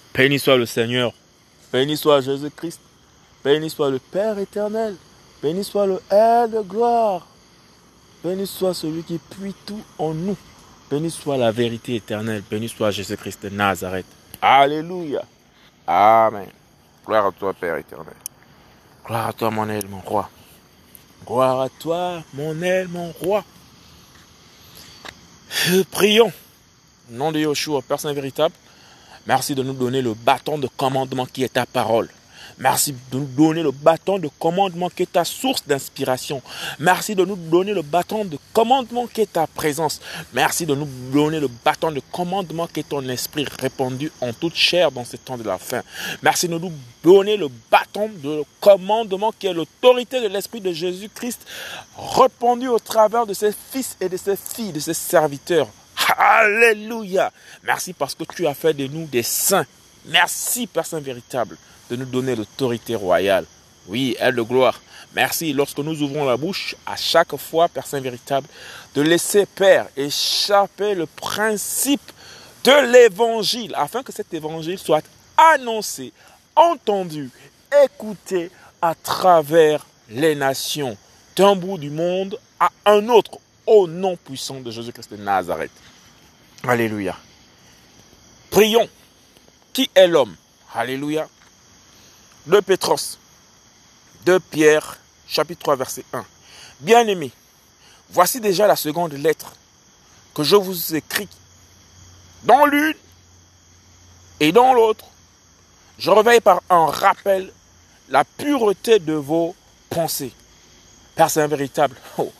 Béni soit le Seigneur. Béni soit Jésus-Christ. Béni soit le Père éternel. Béni soit le Air de gloire. Béni soit celui qui puise tout en nous. Béni soit la vérité éternelle. Béni soit Jésus-Christ de Nazareth. Alléluia. Amen. Gloire à toi, Père éternel. Gloire à toi, mon aile, mon roi. Gloire à toi, mon aile, mon roi. Prions. Au nom de Yeshua, Père Saint véritable. Merci de nous donner le bâton de commandement qui est ta parole. Merci de nous donner le bâton de commandement qui est ta source d'inspiration. Merci de nous donner le bâton de commandement qui est ta présence. Merci de nous donner le bâton de commandement qui est ton esprit répandu en toute chair dans ce temps de la fin. Merci de nous donner le bâton de commandement qui est l'autorité de l'esprit de Jésus-Christ répandu au travers de ses fils et de ses filles, de ses serviteurs. Alléluia. Merci parce que tu as fait de nous des saints. Merci, Père Saint véritable, de nous donner l'autorité royale. Oui, aile de gloire. Merci, lorsque nous ouvrons la bouche, à chaque fois, Père Saint véritable, de laisser, Père, échapper le principe de l'évangile, afin que cet évangile soit annoncé, entendu, écouté à travers les nations, d'un bout du monde à un autre, au nom puissant de Jésus-Christ de Nazareth. Alléluia. Prions. Qui est l'homme? Alléluia. 2 Pétros, 2 Pierre, chapitre 3, verset 1. Bien-aimés, voici déjà la seconde lettre que je vous écris. Dans l'une et dans l'autre, je réveille par un rappel la pureté de vos pensées. Père Saint véritable,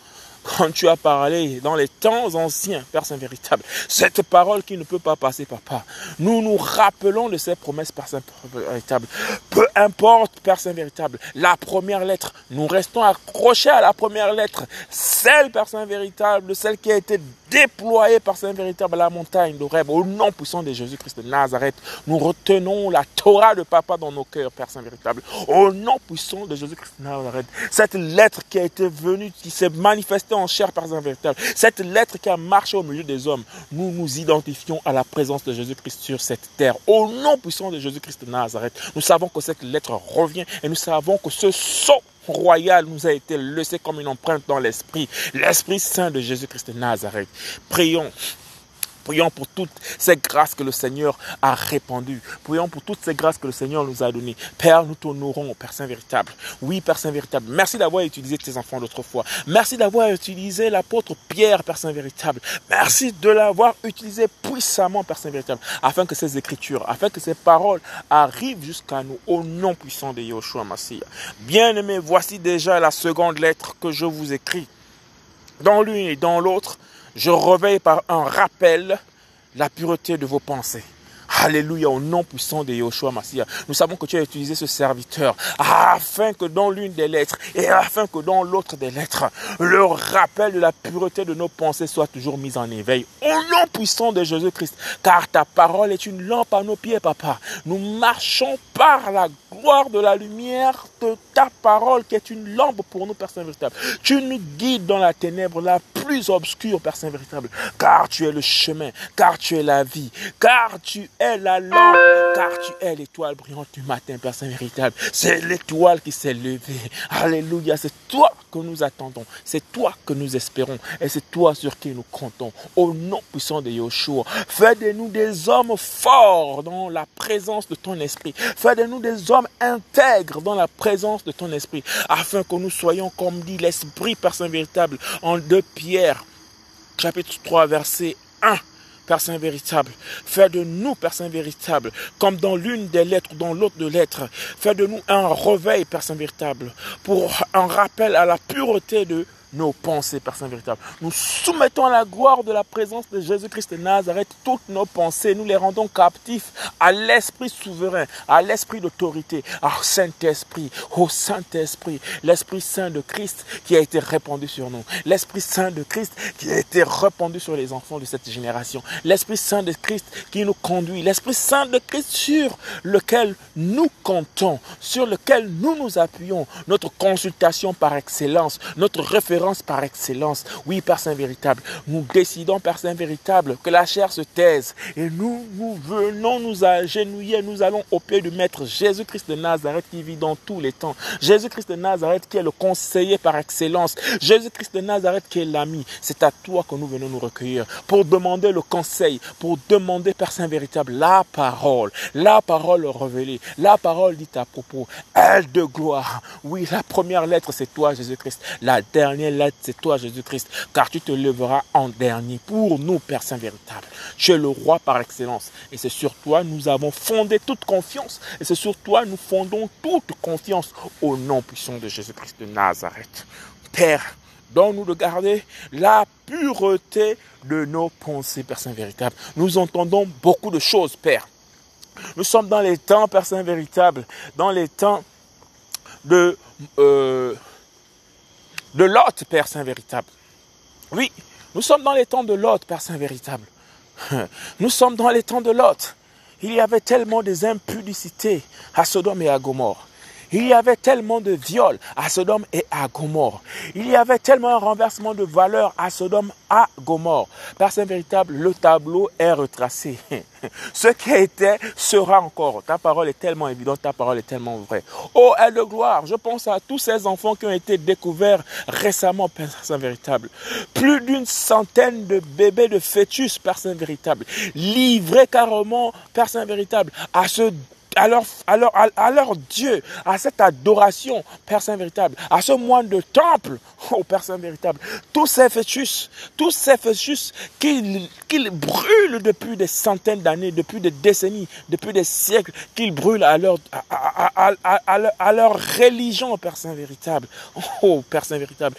quand tu as parlé dans les temps anciens, Père Saint véritable, cette parole qui ne peut pas passer, Papa, nous nous rappelons de ces promesses, Père Saint véritable. Peu importe, Père Saint véritable, la première lettre, nous restons accrochés à la première lettre, celle, Père Saint véritable, celle qui a été déployée par Saint véritable à la montagne d'Horeb, au nom puissant de Jésus-Christ de Nazareth. Nous retenons la Torah de Papa dans nos cœurs, Père Saint véritable, au nom puissant de Jésus-Christ de Nazareth. Cette lettre qui a été venue, qui s'est manifestée en chair, Père Saint véritable, cette lettre qui a marché au milieu des hommes, nous nous identifions à la présence de Jésus-Christ sur cette terre, au nom puissant de Jésus-Christ de Nazareth. Nous savons que cette lettre revient et nous savons que ce sceau royal nous a été laissé comme une empreinte dans l'esprit, l'Esprit Saint de Jésus-Christ de Nazareth. Prions. Prions pour toutes ces grâces que le Seigneur a répandues. Prions pour toutes ces grâces que le Seigneur nous a données. Père, nous t'honorons, Père Saint véritable. Oui, Père Saint véritable. Merci d'avoir utilisé tes enfants d'autrefois. Merci d'avoir utilisé l'apôtre Pierre, Père Saint véritable. Merci de l'avoir utilisé puissamment, Père Saint véritable, afin que ces écritures, afin que ces paroles arrivent jusqu'à nous, au nom puissant de Yeshua Mashiach. Bien-aimés, voici déjà la seconde lettre que je vous écris. Dans l'une et dans l'autre, je réveille par un rappel la pureté de vos pensées. Alléluia, au nom puissant de Yeshua Mashiach. Nous savons que tu as utilisé ce serviteur afin que dans l'une des lettres et afin que dans l'autre des lettres, le rappel de la pureté de nos pensées soit toujours mis en éveil. Au nom puissant de Jésus-Christ, car ta parole est une lampe à nos pieds, Papa. Nous marchons par la gloire de la lumière de ta parole qui est une lampe pour nous, Père Saint véritable. Tu nous guides dans la ténèbre la plus obscure, Père Saint véritable, car tu es le chemin, car tu es la vie, car tu es la lampe, car tu es l'étoile brillante du matin, Père Saint véritable. C'est l'étoile qui s'est levée. Alléluia, c'est toi que nous attendons, c'est toi que nous espérons et c'est toi sur qui nous comptons. Au nom puissant de Yeshua, fais de nous des hommes forts dans la présence de ton esprit. Fais de nous des hommes intègres dans la présence de ton esprit, afin que nous soyons, comme dit l'Esprit, Père Saint véritable, en 2 Pierre, chapitre 3, verset 1. Père Saint véritable, fais de nous, Père Saint véritable, comme dans l'une des lettres ou dans l'autre de lettres, fais de nous un réveil, Père Saint véritable, pour un rappel à la pureté de nos pensées, Père Saint véritable. Nous soumettons à la gloire de la présence de Jésus-Christ de Nazareth toutes nos pensées. Nous les rendons captifs à l'Esprit souverain, à l'Esprit d'autorité, au Saint-Esprit, l'Esprit Saint de Christ qui a été répandu sur nous. L'Esprit Saint de Christ qui a été répandu sur les enfants de cette génération. L'Esprit Saint de Christ qui nous conduit. L'Esprit Saint de Christ sur lequel nous comptons, sur lequel nous nous appuyons. Notre consultation par excellence, notre référence tolérance par excellence. Oui, Père Saint véritable, nous décidons, Père Saint véritable, que la chair se taise. Et nous venons nous agenouiller, nous allons au pied du Maître Jésus-Christ de Nazareth qui vit dans tous les temps. Jésus-Christ de Nazareth qui est le conseiller par excellence. Jésus-Christ de Nazareth qui est l'ami. C'est à toi que nous venons nous recueillir pour demander le conseil, pour demander, Père Saint véritable, la parole révélée, la parole dite à propos, elle de gloire. Oui, la première lettre, c'est toi, Jésus-Christ. La dernière lettre, c'est toi, Jésus-Christ, car tu te lèveras en dernier pour nous, Père Saint véritable. Tu es le roi par excellence. Et c'est sur toi nous avons fondé toute confiance. Et c'est sur toi nous fondons toute confiance au nom puissant de Jésus-Christ de Nazareth. Père, donne-nous de garder la pureté de nos pensées, Père Saint véritable. Nous entendons beaucoup de choses, Père. Nous sommes dans les temps, Père Saint véritable, dans les temps de Lot, Père Saint véritable. Oui, nous sommes dans les temps de Lot, Père Saint véritable. Nous sommes dans les temps de Lot. Il y avait tellement des impudicités à Sodome et à Gomorrhe. Il y avait tellement de viols à Sodome et à Gomorrhe. Il y avait tellement un renversement de valeurs à Sodome, à Gomorrhe. Père Saint véritable, le tableau est retracé. Ce qui était sera encore. Ta parole est tellement évidente, ta parole est tellement vraie. Oh, aide de gloire, je pense à tous ces enfants qui ont été découverts récemment, Père Saint véritable. Plus d'une centaine de bébés de fœtus, Père Saint véritable, livrés carrément, Père Saint véritable, à leur Dieu, à cette adoration, Père Saint véritable, à ce moine de temple, oh Père Saint véritable, tous ces fœtus qu'ils brûlent depuis des centaines d'années, depuis des décennies, depuis des siècles, qu'ils brûlent à leur religion, Père Saint véritable. Oh Père Saint véritable,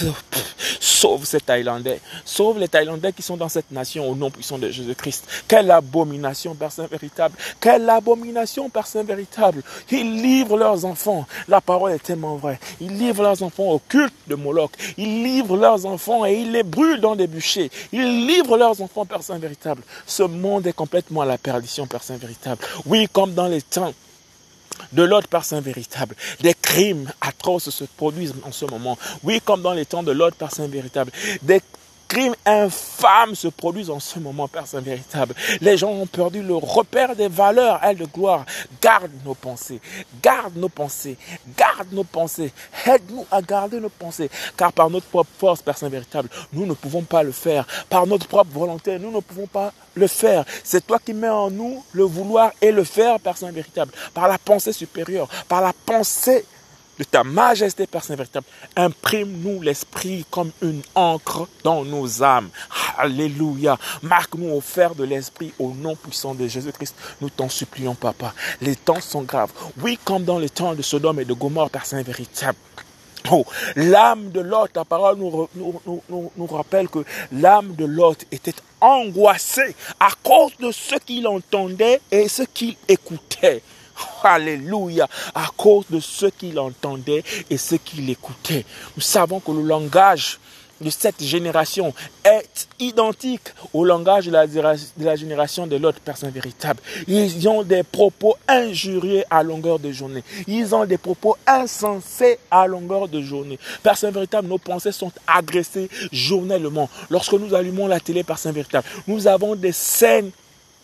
sauve ces Thaïlandais, sauve les Thaïlandais qui sont dans cette nation au nom puissant de Jésus-Christ. Quelle abomination, Père Saint véritable, quelle abomination, Père Saint véritable. Ils livrent leurs enfants, la parole est tellement vraie, ils livrent leurs enfants au culte de Moloch, ils livrent leurs enfants et ils les brûlent dans des bûchers, ils livrent leurs enfants, Père Saint véritable. Ce monde est complètement à la perdition, Père Saint véritable. Oui, comme dans les temps de l'autre, Père Saint véritable, des crimes atroces se produisent en ce moment. Oui, comme dans les temps de l'autre, Père Saint véritable, des crimes infâmes se produisent en ce moment, Père Saint véritable. Les gens ont perdu le repère des valeurs, elles de gloire. Garde nos pensées, garde nos pensées, garde nos pensées. Aide-nous à garder nos pensées, car par notre propre force, Père Saint véritable, nous ne pouvons pas le faire. Par notre propre volonté, nous ne pouvons pas le faire. C'est toi qui mets en nous le vouloir et le faire, Père Saint véritable. Par la pensée supérieure, par la pensée de ta majesté, Père Saint véritable, imprime-nous l'esprit comme une encre dans nos âmes. Alléluia. Marque-nous au fer de l'esprit au nom puissant de Jésus-Christ. Nous t'en supplions, Papa. Les temps sont graves. Oui, comme dans les temps de Sodome et de Gomorrhe, Père Saint véritable. Oh, l'âme de Lot, ta parole nous rappelle que l'âme de Lot était angoissée à cause de ce qu'il entendait et ce qu'il écoutait. Alléluia, à cause de ce qu'il entendait et ce qu'il écoutait. Nous savons que le langage de cette génération est identique au langage de la génération de l'autre personne véritable. Ils ont des propos injurieux à longueur de journée. Ils ont des propos insensés à longueur de journée. Personne véritable, nos pensées sont agressées journellement. Lorsque nous allumons la télé, personne véritable, nous avons des scènes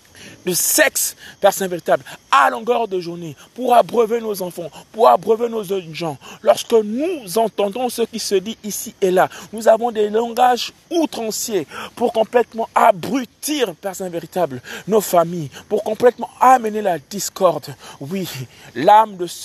de sexe, Père Saint véritable, à longueur de journée, pour abreuver nos enfants, pour abreuver nos jeunes gens. Lorsque nous entendons ce qui se dit ici et là, nous avons des langages outranciers pour complètement abrutir, Père Saint véritable, nos familles, pour complètement amener la discorde. Oui, l'âme de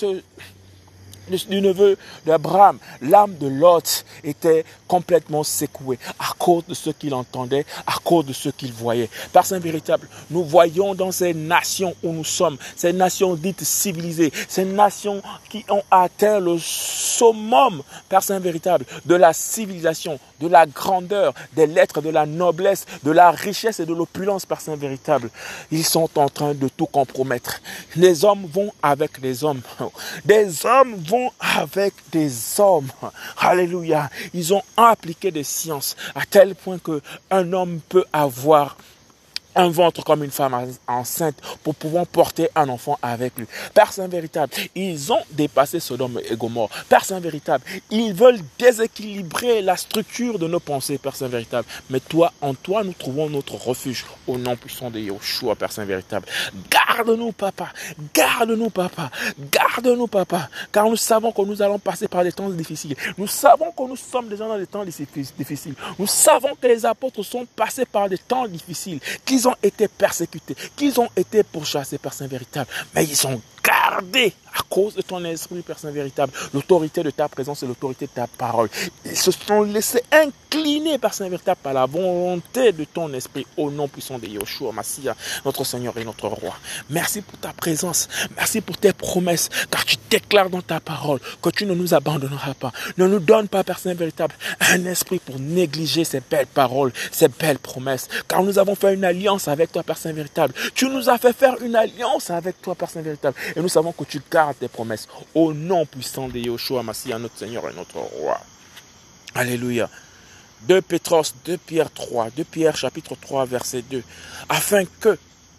du neveu d'Abraham, l'âme de Lot était complètement secouée à cause de ce qu'il entendait, à cause de ce qu'il voyait. Père Saint véritable, nous voyons dans ces nations où nous sommes, ces nations dites civilisées, ces nations qui ont atteint le summum, Père Saint véritable, de la civilisation, de la grandeur, des lettres, de la noblesse, de la richesse et de l'opulence, Père Saint véritable. Ils sont en train de tout compromettre. Les hommes vont avec les hommes. Des hommes vont avec des hommes. Alléluia. Ils ont appliqué des sciences à tel point qu'un homme peut avoir un ventre comme une femme enceinte pour pouvoir porter un enfant avec lui. Père Saint véritable, ils ont dépassé Sodome et Gomorrhe. Père Saint véritable, ils veulent déséquilibrer la structure de nos pensées, Père Saint véritable. Mais toi, en toi, nous trouvons notre refuge au nom puissant de Yeshua, Père Saint véritable. Garde-nous, Papa. Garde-nous, Papa. Garde-nous, Papa. Car nous savons que nous allons passer par des temps difficiles. Nous savons que nous sommes déjà dans des temps difficiles. Nous savons que les apôtres sont passés par des temps difficiles, qu'ils ont été persécutés, qu'ils ont été pourchassés, Père Saint véritable, mais ils ont gardé à cause de ton esprit, Père Saint véritable, l'autorité de ta présence et l'autorité de ta parole. Ils se sont laissés incliner, Père Saint véritable, par la volonté de ton esprit, au nom puissant de Yeshua Mashiach, notre Seigneur et notre Roi. Merci pour ta présence, merci pour tes promesses, car tu déclares dans ta parole que tu ne nous abandonneras pas. Ne nous donne pas, Père Saint véritable, un esprit pour négliger ces belles paroles, ces belles promesses, car nous avons fait une alliance avec toi, Père Saint véritable. Tu nous as fait faire une alliance avec toi, Père Saint véritable, et nous savons que tu gardes tes promesses au nom puissant de Yeshua Mashiach, notre Seigneur et notre Roi. Alléluia. 2 Pierre 3, 2 Pierre chapitre 3 verset 2, afin que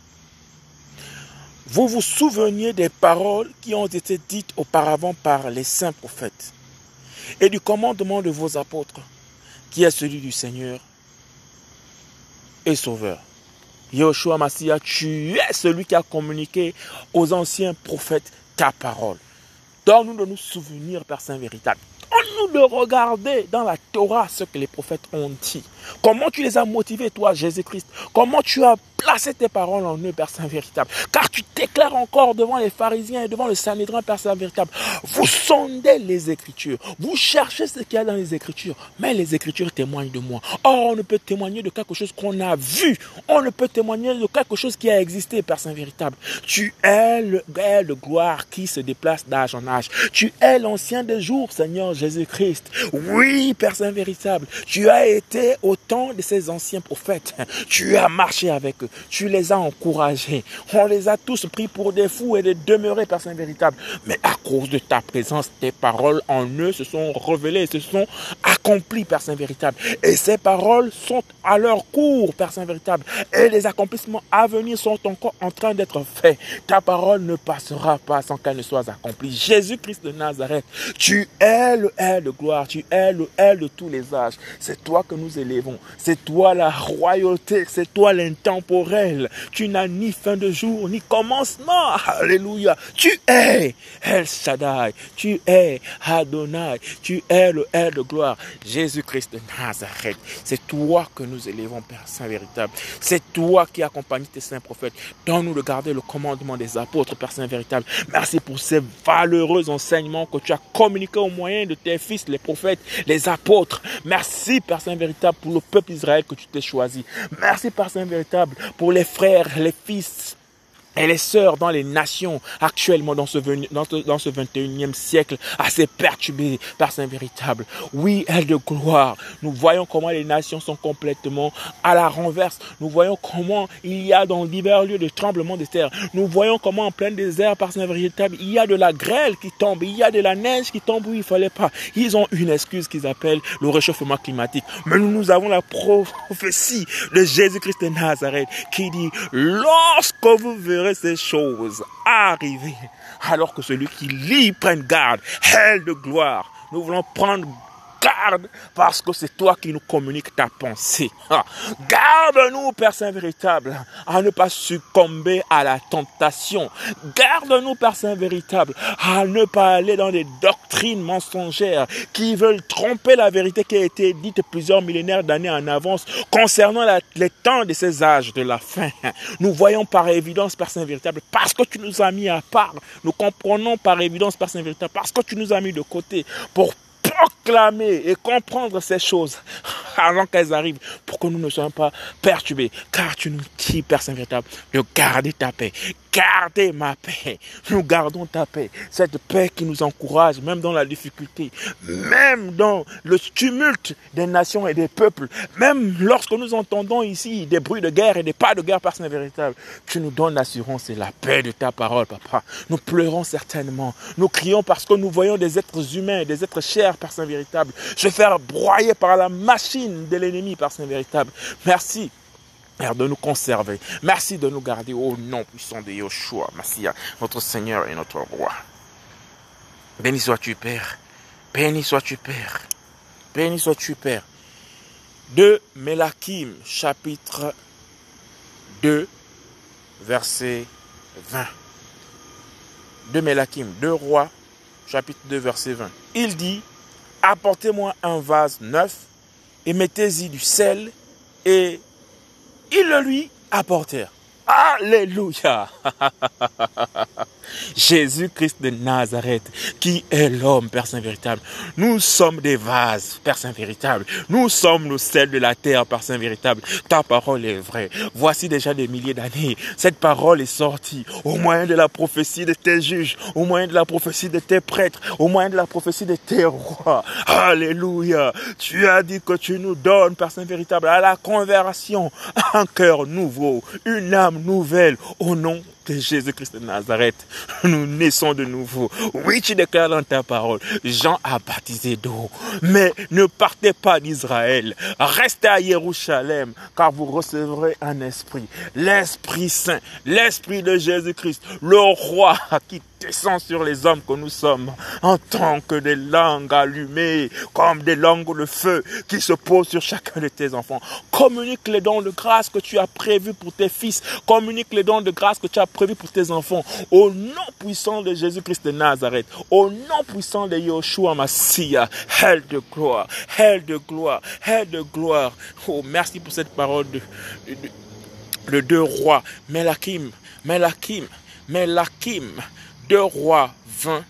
vous vous souveniez des paroles qui ont été dites auparavant par les saints prophètes et du commandement de vos apôtres, qui est celui du Seigneur et Sauveur. Yeshua Mashiach, tu es celui qui a communiqué aux anciens prophètes ta parole. Donne-nous de nous souvenir, Père Saint véritable. Donne-nous de regarder dans la Torah ce que les prophètes ont dit. Comment tu les as motivés, toi, Jésus-Christ. Comment tu as placé tes paroles en eux, Père Saint véritable. Car tu déclares encore devant les pharisiens et devant le Sanhédrin, Père Saint véritable. Vous sondez les Écritures. Vous cherchez ce qu'il y a dans les Écritures. Mais les Écritures témoignent de moi. Or, on ne peut témoigner de quelque chose qu'on a vu. On ne peut témoigner de quelque chose qui a existé, Père Saint véritable. Tu es le Père de gloire qui se déplace d'âge en âge. Tu es l'ancien des jours, Seigneur Jésus-Christ. Oui, Père Saint véritable. Tu as été au temps de ces anciens prophètes. Tu as marché avec eux. Tu les as encouragés. On les a tous pris pour des fous et de demeurer, Père Saint véritable. Mais à cause de ta présence, tes paroles en eux se sont révélées, se sont accomplies, Père Saint véritable. Et ces paroles sont à leur cours, Père Saint véritable. Et les accomplissements à venir sont encore en train d'être faits. Ta parole ne passera pas sans qu'elle ne soit accomplie. Jésus-Christ de Nazareth, tu es le L de gloire, tu es le L de tous les âges. C'est toi que nous élevons. C'est toi la royauté, c'est toi l'intemporel. Tu n'as ni fin de jour, ni commencement. Alléluia. Tu es El Shaddai. Tu es Adonai. Tu es le L de gloire. Jésus-Christ de Nazareth. C'est toi que nous élevons, Père Saint véritable. C'est toi qui accompagnes tes saints prophètes. Donne-nous de garder le commandement des apôtres, Père Saint véritable. Merci pour ces valeureux enseignements que tu as communiqués au moyen de tes fils, les prophètes, les apôtres. Merci, Père Saint véritable, pour le peuple Israël que tu t'es choisi. Merci, Père Saint véritable, pour les frères, les fils et les sœurs dans les nations actuellement dans ce 21e siècle assez perturbé, Père Saint véritable. Oui, elle de gloire. Nous voyons comment les nations sont complètement à la renverse. Nous voyons comment il y a dans divers lieux de tremblements de terre. Nous voyons comment en plein désert, Père Saint véritable, il y a de la grêle qui tombe, il y a de la neige qui tombe où il ne fallait pas. Ils ont une excuse qu'ils appellent le réchauffement climatique. Mais nous avons la prophétie de Jésus-Christ de Nazareth qui dit, lorsque vous verrez ces choses arriver, alors que celui qui lit prenne garde, elle de gloire, nous voulons prendre garde parce que c'est toi qui nous communiques ta pensée. Garde-nous, Père Saint véritable, à ne pas succomber à la tentation. Garde-nous, Père Saint véritable, à ne pas aller dans des doctrines mensongères qui veulent tromper la vérité qui a été dite plusieurs millénaires d'années en avance concernant les temps de ces âges de la fin. Nous voyons par évidence, Père Saint véritable, parce que tu nous as mis à part, nous comprenons par évidence, Père Saint véritable, parce que tu nous as mis de côté pour proclamer et comprendre ces choses avant qu'elles arrivent pour que nous ne soyons pas perturbés. Car tu nous dis, Père Saint véritable, de garder ta paix. Gardez ma paix. Nous gardons ta paix. Cette paix qui nous encourage, même dans la difficulté, même dans le tumulte des nations et des peuples, même lorsque nous entendons ici des bruits de guerre et des pas de guerre, Père Saint véritable. Tu nous donnes l'assurance et la paix de ta parole, Papa. Nous pleurons certainement. Nous crions parce que nous voyons des êtres humains, des êtres chers, Père Saint véritable, se faire broyer par la machine de l'ennemi, Père Saint véritable. Merci. Père, de nous conserver. Merci de nous garder au nom puissant de Yeshua, Messia, notre Seigneur et notre Roi. Béni sois-tu, Père. Béni sois-tu, Père. Béni sois-tu, Père. De Melachim, chapitre 2, verset 20. De Melachim, 2 Rois, chapitre 2, verset 20. Il dit, apportez-moi un vase neuf et mettez-y du sel, et ils le lui apportèrent. Alléluia. Jésus-Christ de Nazareth, qui est l'homme, Père Saint véritable. Nous sommes des vases, Père Saint véritable. Nous sommes le sel de la terre, Père Saint véritable. Ta parole est vraie. Voici déjà des milliers d'années. Cette parole est sortie au moyen de la prophétie de tes juges, au moyen de la prophétie de tes prêtres, au moyen de la prophétie de tes rois. Alléluia. Tu as dit que tu nous donnes, Père Saint véritable, à la conversion, un cœur nouveau, une âme nouvelle, au nom de Jésus-Christ de Nazareth. Nous naissons de nouveau. Oui, tu déclares dans ta parole, Jean a baptisé d'eau, mais ne partez pas d'Israël, restez à Jérusalem, car vous recevrez un esprit, l'Esprit Saint, l'Esprit de Jésus-Christ, le roi qui descend sur les hommes que nous sommes, en tant que des langues allumées, comme des langues de feu qui se posent sur chacun de tes enfants. Communique les dons de grâce que tu as prévus pour tes fils, communique les dons de grâce que tu as prévus pour tes enfants, au nom puissant de Jésus-Christ de Nazareth, au nom puissant de Yeshua Mashiach, Hell de gloire, Hell de gloire, Hell de gloire. Oh, merci pour cette parole de 2 Rois, Melachim, 2 Rois 20,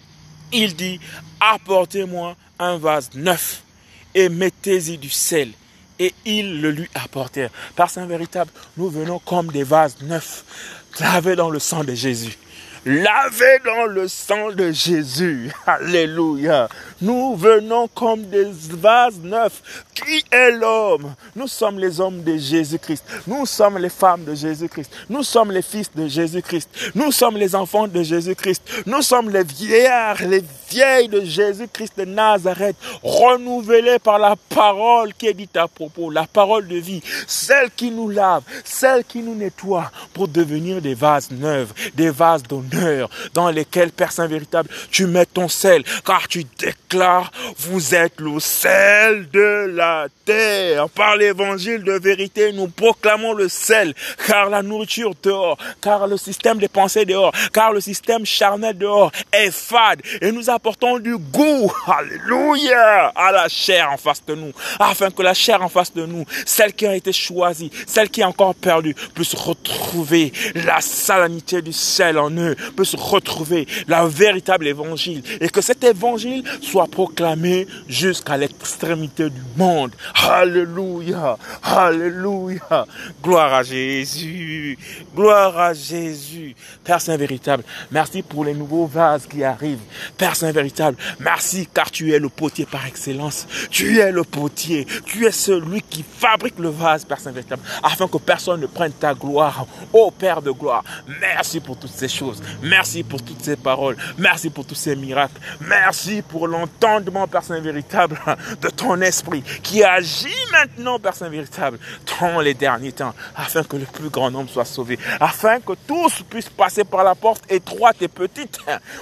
il dit, apportez-moi un vase neuf et mettez-y du sel. Et ils le lui apportèrent. Par Saint véritable, nous venons comme des vases neufs, lavés dans le sang de Jésus. Lavé dans le sang de Jésus. Alléluia. Nous venons comme des vases neufs. Qui est l'homme? Nous sommes les hommes de Jésus-Christ. Nous sommes les femmes de Jésus-Christ. Nous sommes les fils de Jésus-Christ. Nous sommes les enfants de Jésus-Christ. Nous sommes les vieillards, les vieilles de Jésus-Christ de Nazareth, renouvelés par la parole qui est dite à propos, la parole de vie, celle qui nous lave, celle qui nous nettoie pour devenir des vases neufs, des vases d'honneur dans lesquels, Père Saint véritable, tu mets ton sel, car tu déclares, vous êtes le sel de la terre. Par l'évangile de vérité, nous proclamons le sel, car la nourriture dehors, car le système des pensées dehors, car le système charnel dehors est fade, et nous apportons du goût, alléluia, à la chair en face de nous, afin que la chair en face de nous, celle qui a été choisie, celle qui est encore perdue, puisse retrouver la salinité du sel en eux, puisse retrouver la véritable évangile, et que cet évangile soit proclamé jusqu'à l'extrémité du monde. Alléluia, alléluia, gloire à Jésus, gloire à Jésus. Père Saint véritable, merci pour les nouveaux vases qui arrivent. Père Saint véritable, merci car tu es le potier par excellence. Tu es le potier, tu es celui qui fabrique le vase, Père Saint véritable, afin que personne ne prenne ta gloire. Ô Père de gloire, merci pour toutes ces choses. Merci pour toutes ces paroles. Merci pour tous ces miracles. Merci pour l'entendement, Père Saint véritable, de ton esprit qui agit maintenant, Père Saint véritable, dans les derniers temps, afin que le plus grand nombre soit sauvé, afin que tous puissent passer par la porte étroite et petite.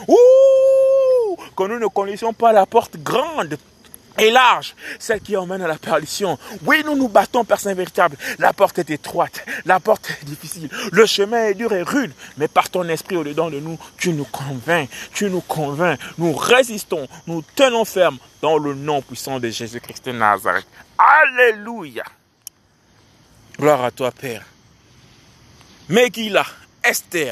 Que nous ne connaissions pas la porte grande et large, celle qui emmène à la perdition. Oui, nous nous battons, Père Saint véritable. La porte est étroite, la porte est difficile, le chemin est dur et rude, mais par ton esprit au-dedans de nous, tu nous convaincs, nous résistons, nous tenons ferme dans le nom puissant de Jésus-Christ de Nazareth. Alléluia. Gloire à toi, Père. Megillah, Esther,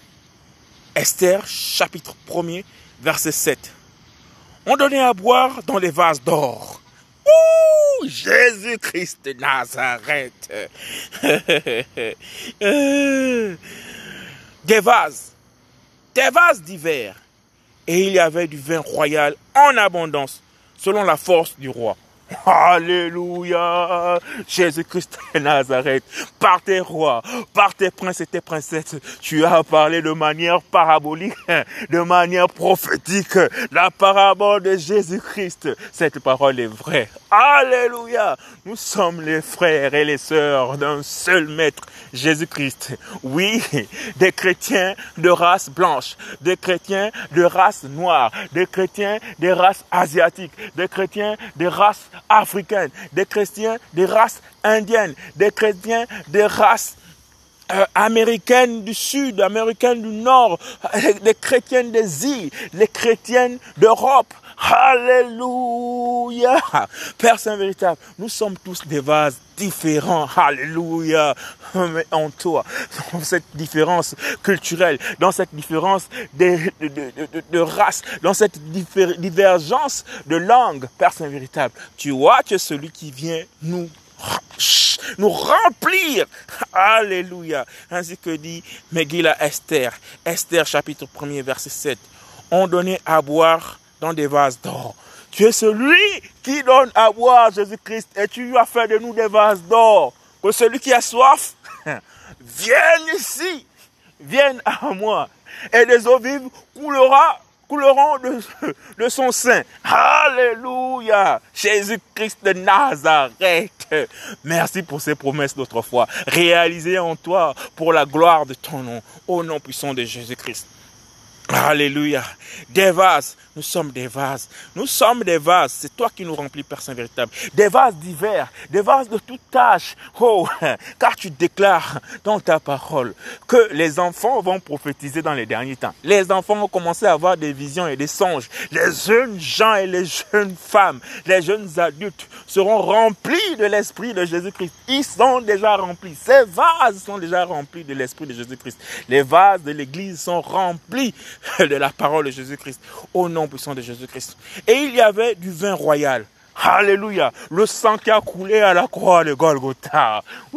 chapitre 1er, verset 7. On donnait à boire dans les vases d'or. Ouh, Jésus-Christ de Nazareth. Des vases divers. Et il y avait du vin royal en abondance, selon la force du roi. Alléluia, Jésus-Christ de Nazareth, par tes rois, par tes princes et tes princesses, tu as parlé de manière parabolique, de manière prophétique, la parabole de Jésus-Christ. Cette parole est vraie. Alléluia. Nous sommes les frères et les sœurs d'un seul maître, Jésus-Christ. Oui, des chrétiens de race blanche, des chrétiens de race noire, des chrétiens des races asiatiques, des chrétiens des races africaines, des chrétiens des races indiennes, des chrétiens des races américaines du Sud, américaines du Nord, les chrétiennes des îles, les chrétiennes d'Europe. Alléluia. Père Saint véritable, nous sommes tous des vases différents. Alléluia. Mais en toi, dans cette différence culturelle, dans cette différence de race, dans cette divergence de langue, Père Saint véritable, tu vois que celui qui vient nous remplir. Alléluia. Ainsi que dit Megillah Esther. Esther chapitre 1er verset 7. On donnait à boire dans des vases d'or. Tu es celui qui donne à boire Jésus-Christ et tu lui as fait de nous des vases d'or. Que celui qui a soif vienne ici, vienne à moi et des eaux vives couleront de son sein. Alléluia. Jésus-Christ de Nazareth. Merci pour ces promesses d'autrefois, réalisées en toi pour la gloire de ton nom, au nom puissant de Jésus-Christ. Alléluia. Des vases. Nous sommes des vases. Nous sommes des vases. C'est toi qui nous remplis, Père Saint véritable. Des vases divers. Des vases de toute tâche. Oh, car tu déclares dans ta parole que les enfants vont prophétiser dans les derniers temps. Les enfants vont commencer à avoir des visions et des songes. Les jeunes gens et les jeunes femmes, les jeunes adultes seront remplis de l'esprit de Jésus-Christ. Ils sont déjà remplis. Ces vases sont déjà remplis de l'esprit de Jésus-Christ. Les vases de l'église sont remplis de la parole de Jésus-Christ, au nom puissant de Jésus-Christ. Et il y avait du vin royal. Alléluia. Le sang qui a coulé à la croix de Golgotha. Ouh!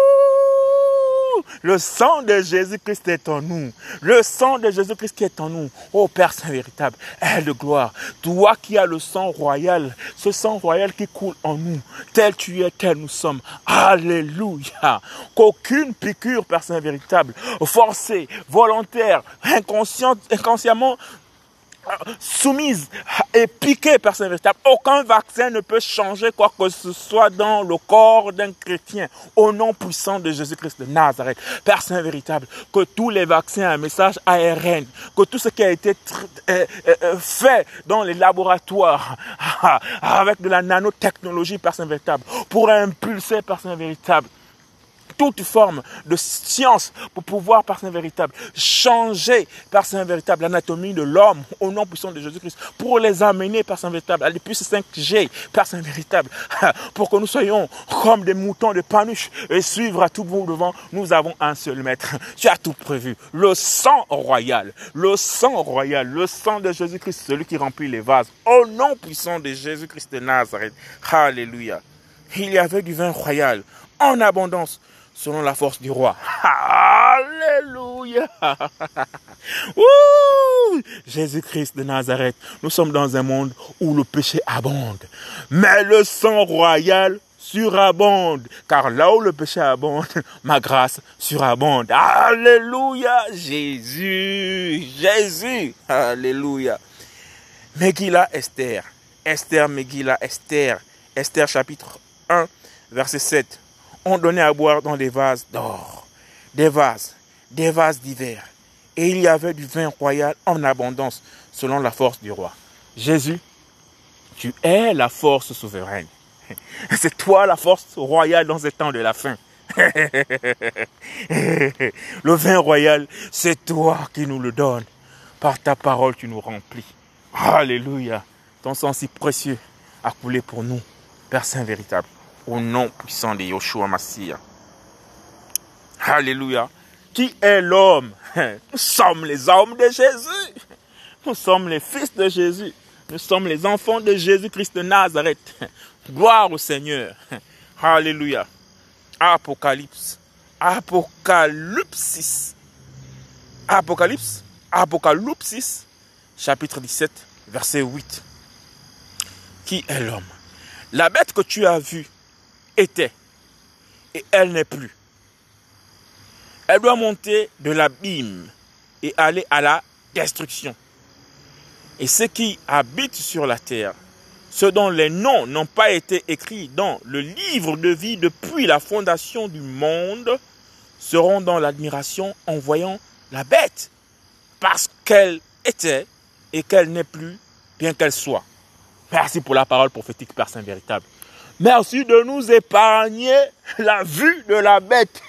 Le sang de Jésus-Christ est en nous. Le sang de Jésus-Christ qui est en nous. Oh Père Saint véritable, aie de gloire. Toi qui as le sang royal, ce sang royal qui coule en nous. Tel tu es, tel nous sommes. Alléluia. Qu'aucune piqûre, Père Saint véritable, forcée, volontaire, inconsciemment, soumise et piquée par Saint véritable. Aucun vaccin ne peut changer quoi que ce soit dans le corps d'un chrétien. Au nom puissant de Jésus-Christ de Nazareth. Père Saint véritable, que tous les vaccins à message ARN, que tout ce qui a été fait dans les laboratoires avec de la nanotechnologie, Père Saint véritable, pour impulser, Père Saint véritable, toute forme de science pour pouvoir, par Saint véritable, changer, par Saint véritable, l'anatomie de l'homme au nom puissant de Jésus-Christ, pour les amener, par Saint véritable, à des puces 5G, par Saint véritable, pour que nous soyons comme des moutons de panuche et suivre à tout bout devant. Nous avons un seul maître. Tu as tout prévu. Le sang royal, le sang royal, le sang de Jésus-Christ, celui qui remplit les vases, au nom puissant de Jésus-Christ de Nazareth. Alléluia. Il y avait du vin royal en abondance, selon la force du roi. Alléluia. Jésus-Christ de Nazareth. Nous sommes dans un monde où le péché abonde. Mais le sang royal surabonde. Car là où le péché abonde, ma grâce surabonde. Alléluia. Jésus. Jésus. Alléluia. Megillah Esther. Esther, Megillah Esther. Esther chapitre 1, verset 7. On donnait à boire dans des vases d'or, des vases divers. Et il y avait du vin royal en abondance, selon la force du roi. Jésus, tu es la force souveraine. C'est toi la force royale dans ces temps de la fin. Le vin royal, c'est toi qui nous le donnes. Par ta parole, tu nous remplis. Alléluia. Ton sang si précieux a coulé pour nous, Père Saint véritable. Au nom puissant de Yoshua Mashiach. Alléluia. Qui est l'homme? Nous sommes les hommes de Jésus. Nous sommes les fils de Jésus. Nous sommes les enfants de Jésus-Christ de Nazareth. Gloire au Seigneur. Alléluia. Apocalypse. Apocalypsis. Apocalypsis. Chapitre 17, verset 8. Qui est l'homme? La bête que tu as vue était, et elle n'est plus. Elle doit monter de l'abîme et aller à la destruction. Et ceux qui habitent sur la terre ceux dont les noms n'ont pas été écrits dans le livre de vie depuis la fondation du monde, seront dans l'admiration en voyant la bête, parce qu'elle était et qu'elle n'est plus, bien qu'elle soit. Merci pour la parole prophétique, Père Saint véritable. Merci de nous épargner la vue de la bête.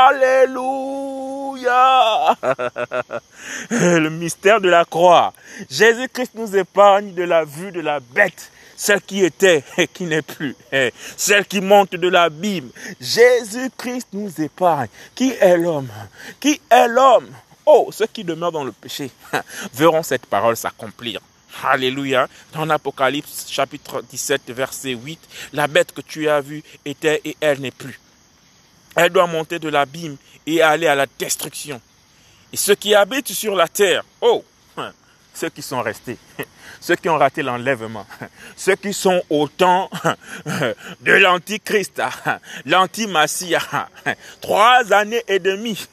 Alléluia. Le mystère de la croix. Jésus-Christ nous épargne de la vue de la bête. Celle qui était et qui n'est plus. Celle qui monte de l'abîme. Jésus-Christ nous épargne. Qui est l'homme? Qui est l'homme? Oh, ceux qui demeurent dans le péché verront cette parole s'accomplir. Alléluia. Dans l'Apocalypse chapitre 17 verset 8, la bête que tu as vue était et elle n'est plus. Elle doit monter de l'abîme et aller à la destruction. Et ceux qui habitent sur la terre, oh, ceux qui sont restés, ceux qui ont raté l'enlèvement, ceux qui sont au temps de l'antichrist, l'anti-massia, 3 années et demie.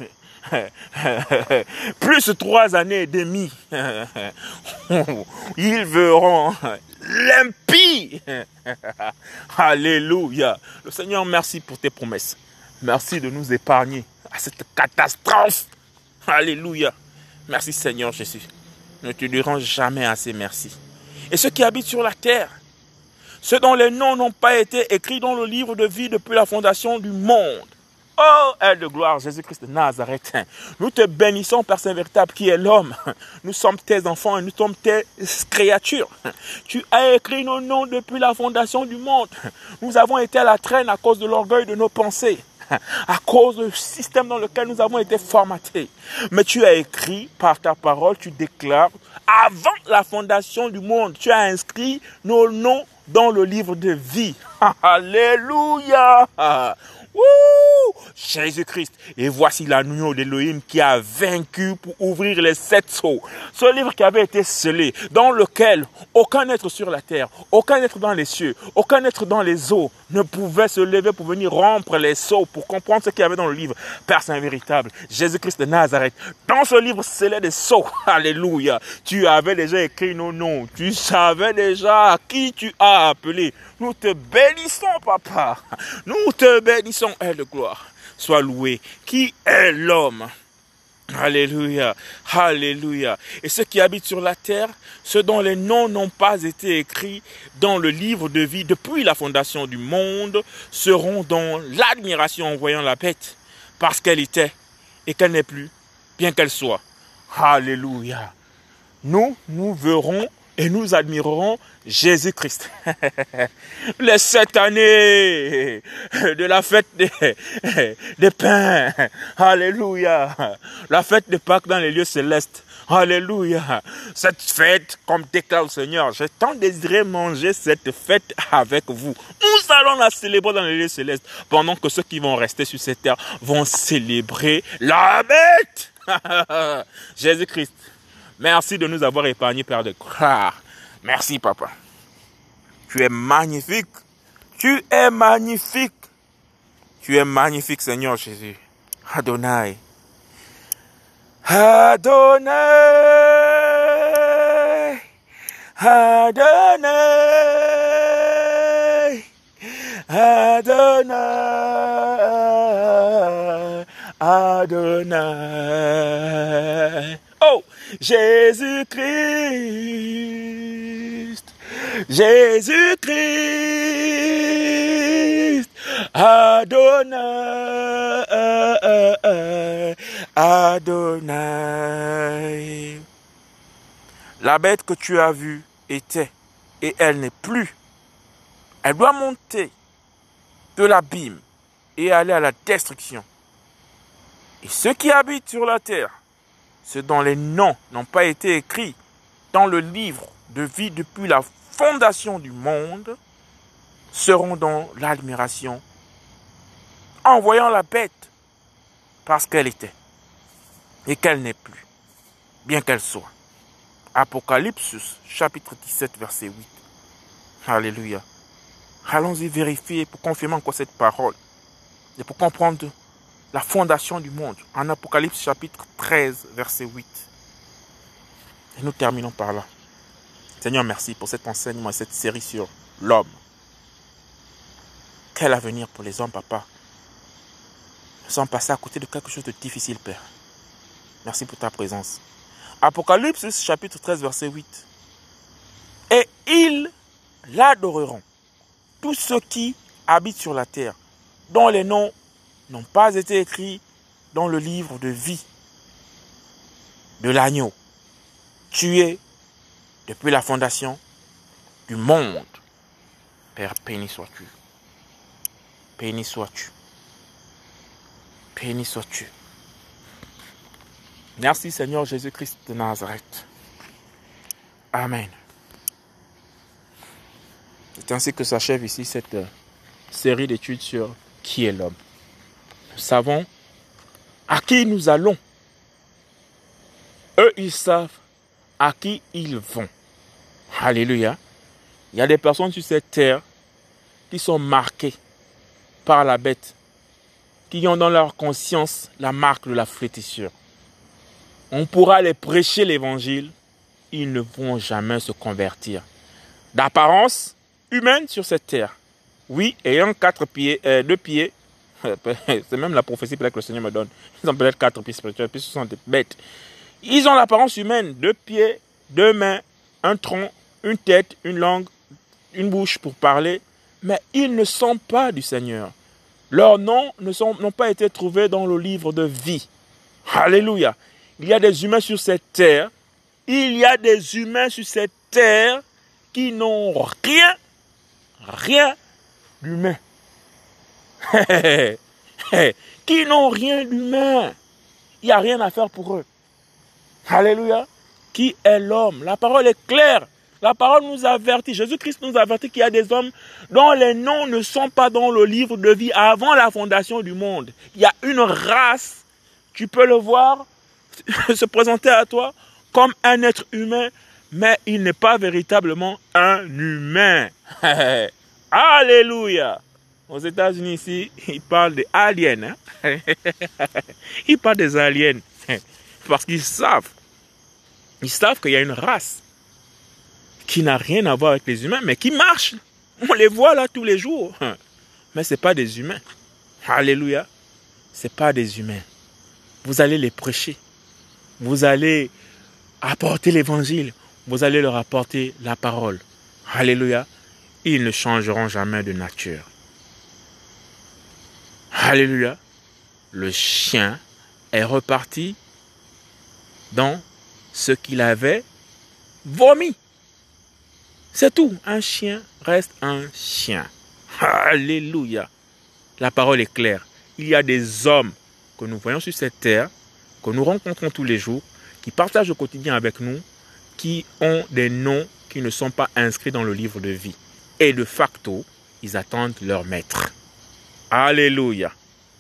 Plus 3 années et demie, ils verront l'impie. Alléluia. Le Seigneur, merci pour tes promesses. Merci de nous épargner à cette catastrophe. Alléluia. Merci Seigneur Jésus. Ne te dirons jamais assez merci. Et ceux qui habitent sur la terre, ceux dont les noms n'ont pas été écrits dans le livre de vie depuis la fondation du monde. Oh, aide de gloire, Jésus-Christ de Nazareth. Nous te bénissons, Père Saint véritable, qui est l'homme. Nous sommes tes enfants et nous sommes tes créatures. Tu as écrit nos noms depuis la fondation du monde. Nous avons été à la traîne à cause de l'orgueil de nos pensées, à cause du système dans lequel nous avons été formatés. Mais tu as écrit par ta parole, tu déclares, avant la fondation du monde, tu as inscrit nos noms dans le livre de vie. Alléluia. Jésus-Christ. Et voici l'agneau d'Élohim qui a vaincu pour ouvrir les 7 sceaux. Ce livre qui avait été scellé, dans lequel aucun être sur la terre, aucun être dans les cieux, aucun être dans les eaux ne pouvait se lever pour venir rompre les sceaux, pour comprendre ce qu'il y avait dans le livre. Père Saint véritable, Jésus-Christ de Nazareth, dans ce livre scellé des sceaux, alléluia, tu avais déjà écrit nos noms, tu savais déjà à qui tu as appelé. Nous te bénissons, papa. Nous te bénissons, aie de gloire. Sois loué. Qui est l'homme? Alléluia. Alléluia. Et ceux qui habitent sur la terre, ceux dont les noms n'ont pas été écrits dans le livre de vie depuis la fondation du monde, seront dans l'admiration en voyant la bête, parce qu'elle était et qu'elle n'est plus, bien qu'elle soit. Alléluia. Nous verrons et nous admirerons Jésus-Christ. Les 7 années de la fête des pains. Alléluia. La fête de Pâques dans les lieux célestes. Alléluia. Cette fête, comme déclare le Seigneur, j'ai tant désiré manger cette fête avec vous. Nous allons la célébrer dans les lieux célestes, pendant que ceux qui vont rester sur cette terre vont célébrer la bête. Jésus-Christ. Merci de nous avoir épargnés, Père de gloire. Merci, Papa. Tu es magnifique. Tu es magnifique. Tu es magnifique, Seigneur Jésus. Adonai. Adonai. Adonai. Adonai. Adonai. Oh, Jésus-Christ, Jésus-Christ, Adonai, Adonai. La bête que tu as vue était et elle n'est plus. Elle doit monter de l'abîme et aller à la destruction. Et ceux qui habitent sur la terre, ceux dont les noms n'ont pas été écrits dans le livre de vie depuis la fondation du monde, seront dans l'admiration en voyant la bête, parce qu'elle était et qu'elle n'est plus, bien qu'elle soit. Apocalypse chapitre 17 verset 8. Alléluia. Allons-y vérifier pour confirmer encore cette parole et pour comprendre la fondation du monde, en Apocalypse chapitre 13, verset 8. Et nous terminons par là. Seigneur, merci pour cet enseignement et cette série sur l'homme. Quel avenir pour les hommes, papa. Nous sommes passés à côté de quelque chose de difficile, Père. Merci pour ta présence. Apocalypse, chapitre 13, verset 8. Et ils l'adoreront, tous ceux qui habitent sur la terre, dont les noms n'ont pas été écrits dans le livre de vie de l'agneau, tué depuis la fondation du monde. Père, béni sois-tu. Béni sois-tu. Béni sois-tu. Merci Seigneur Jésus-Christ de Nazareth. Amen. C'est ainsi que s'achève ici cette série d'études sur qui est l'homme. Nous savons à qui nous allons. Eux, ils savent à qui ils vont. Alléluia. Il y a des personnes sur cette terre qui sont marquées par la bête, qui ont dans leur conscience la marque de la flétrissure. On pourra les prêcher l'évangile, ils ne vont jamais se convertir. D'apparence humaine sur cette terre. Oui, ayant 2 pieds, c'est même la prophétie peut-être que le Seigneur me donne. Ils ont peut-être 4 pieds spirituels, puis ce sont des bêtes. Ils ont l'apparence humaine, 2 pieds, 2 mains, un tronc, une tête, une langue, une bouche pour parler, mais ils ne sont pas du Seigneur. Leurs noms n'ont pas été trouvés dans le livre de vie. Alléluia. Il y a des humains sur cette terre. Il y a des humains sur cette terre qui n'ont rien d'humain. Qui n'ont rien d'humain. Il n'y a rien à faire pour eux. Alléluia. Qui est l'homme? La parole est claire. La parole nous avertit. Jésus-Christ nous avertit qu'il y a des hommes dont les noms ne sont pas dans le livre de vie avant la fondation du monde. Il y a une race, tu peux le voir, se présenter à toi comme un être humain, mais il n'est pas véritablement un humain. Alléluia. Aux États-Unis ici, ils parlent des aliens. Ils parlent des aliens. Parce qu'ils savent. Ils savent qu'il y a une race qui n'a rien à voir avec les humains, mais qui marche. On les voit là tous les jours. Mais ce n'est pas des humains. Alléluia. Ce n'est pas des humains. Vous allez les prêcher. Vous allez apporter l'évangile. Vous allez leur apporter la parole. Alléluia. Ils ne changeront jamais de nature. Alléluia. Le chien est reparti dans ce qu'il avait vomi. C'est tout. Un chien reste un chien. Alléluia. La parole est claire. Il y a des hommes que nous voyons sur cette terre, que nous rencontrons tous les jours, qui partagent au quotidien avec nous, qui ont des noms qui ne sont pas inscrits dans le livre de vie. Et de facto, ils attendent leur maître. Alléluia.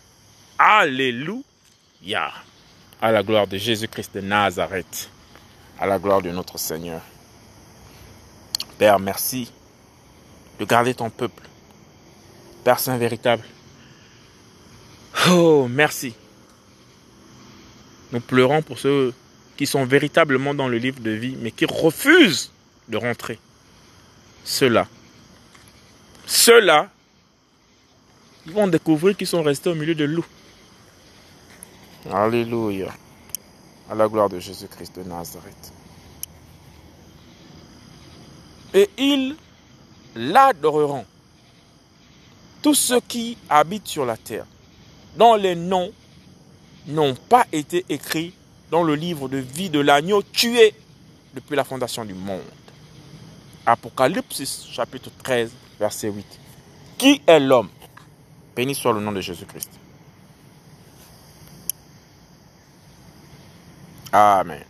Alléluia. À la gloire de Jésus-Christ de Nazareth. À la gloire de notre Seigneur. Père, merci de garder ton peuple. Père Saint véritable. Oh, merci. Nous pleurons pour ceux qui sont véritablement dans le livre de vie, mais qui refusent de rentrer. Ceux-là, ils vont découvrir qu'ils sont restés au milieu de loups. Alléluia. À la gloire de Jésus-Christ de Nazareth. Et ils l'adoreront. Tous ceux qui habitent sur la terre, dont les noms n'ont pas été écrits dans le livre de vie de l'agneau tué depuis la fondation du monde. Apocalypse chapitre 13, verset 8. Qui est l'homme? Béni soit le nom de Jésus-Christ. Amen.